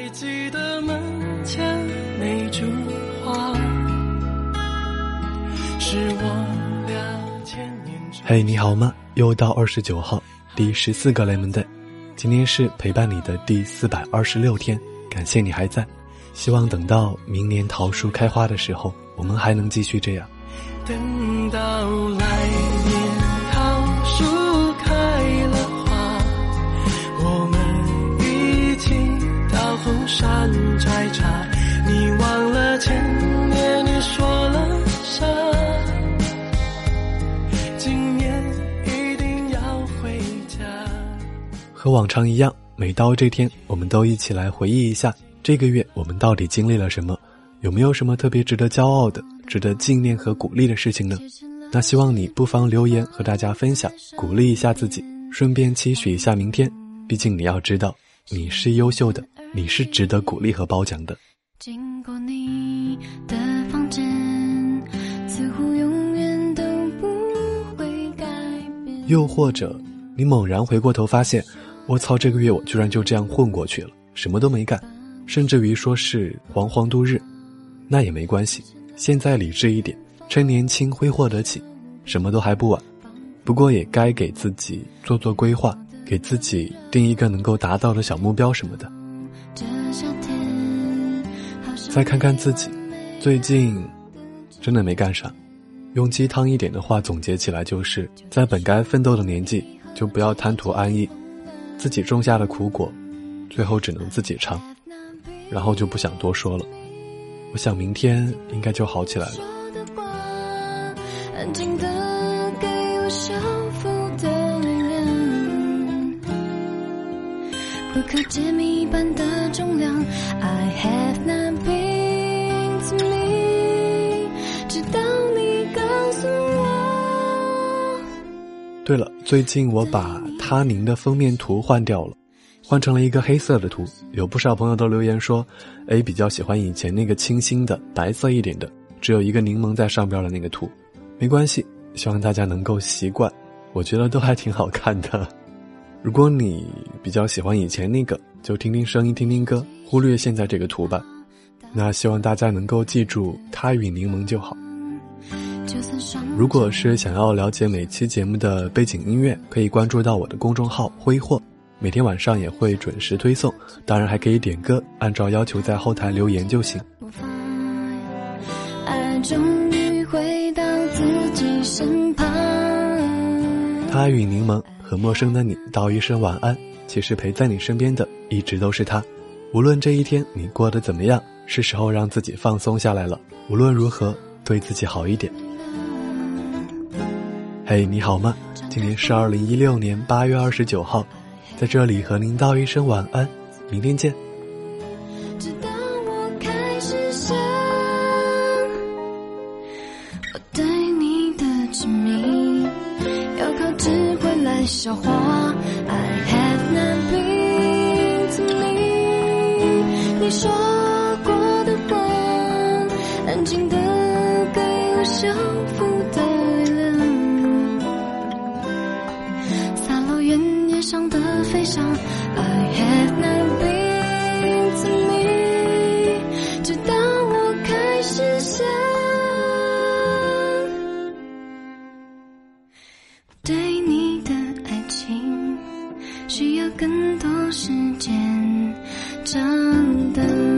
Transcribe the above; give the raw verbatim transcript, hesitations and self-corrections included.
还记得门前那株花，是我俩千年。 嘿，你好吗？又到二十九号，第十四个雷蒙 day， 今天是陪伴你的第四百二十六天，感谢你还在。希望等到明年桃树开花的时候，我们还能继续这样。 等到来年桃树开了花，我们一起到后山摘茶。你忘了前年你说了啥，今年一定要回家。 和往常一样，每到这天我们都一起来回忆一下这个月我们到底经历了什么，有没有什么特别值得骄傲的、值得纪念和鼓励的事情呢？那希望你不妨留言和大家分享，鼓励一下自己，顺便期许一下明天。毕竟你要知道，你是优秀的，你是值得鼓励和褒奖的。 经过你的房间，似乎永远都不会改变。 又或者你猛然回过头发现，我操，这个月我居然就这样混过去了，什么都没干，甚至于说是惶惶度日。那也没关系，现在理智一点，趁年轻挥霍得起，什么都还不晚。不过也该给自己做做规划，给自己定一个能够达到的小目标什么的。再看看自己，最近真的没干啥。用鸡汤一点的话总结起来，就是在本该奋斗的年纪，就不要贪图安逸，自己种下的苦果，最后只能自己尝，然后就不想多说了。我想明天应该就好起来了。 安静的给我消浮的泪人，不可解密般的重量 I have nothing to me， 直到你告诉我。 对了，最近我把他宁的封面图换掉了，换成了一个黑色的图。有不少朋友都留言说，诶，比较喜欢以前那个清新的白色一点的，只有一个柠檬在上边的那个图。没关系，希望大家能够习惯，我觉得都还挺好看的。如果你比较喜欢以前那个，就听听声音听听歌，忽略现在这个图吧。那希望大家能够记住他与柠檬就好。如果是想要了解每期节目的背景音乐，可以关注到我的公众号挥霍，每天晚上也会准时推送，当然还可以点歌，按照要求在后台留言就行。 爱终于回到自己身旁， 他与柠檬和陌生的你道一声晚安，其实陪在你身边的一直都是他。无论这一天你过得怎么样，是时候让自己放松下来了，无论如何对自己好一点。嘿，你好吗？今天是二零一六年八月二十九号，在这里和您道一声晚安，明天见。 直到我开始想我对你的执迷，要靠智慧来消化。 I have nothing to me， 你说过的话，安静的给我消浮的泪冷，洒落原野上的飞翔。 I have nothing to me， 直到我开始想对你的爱情需要更多时间长大。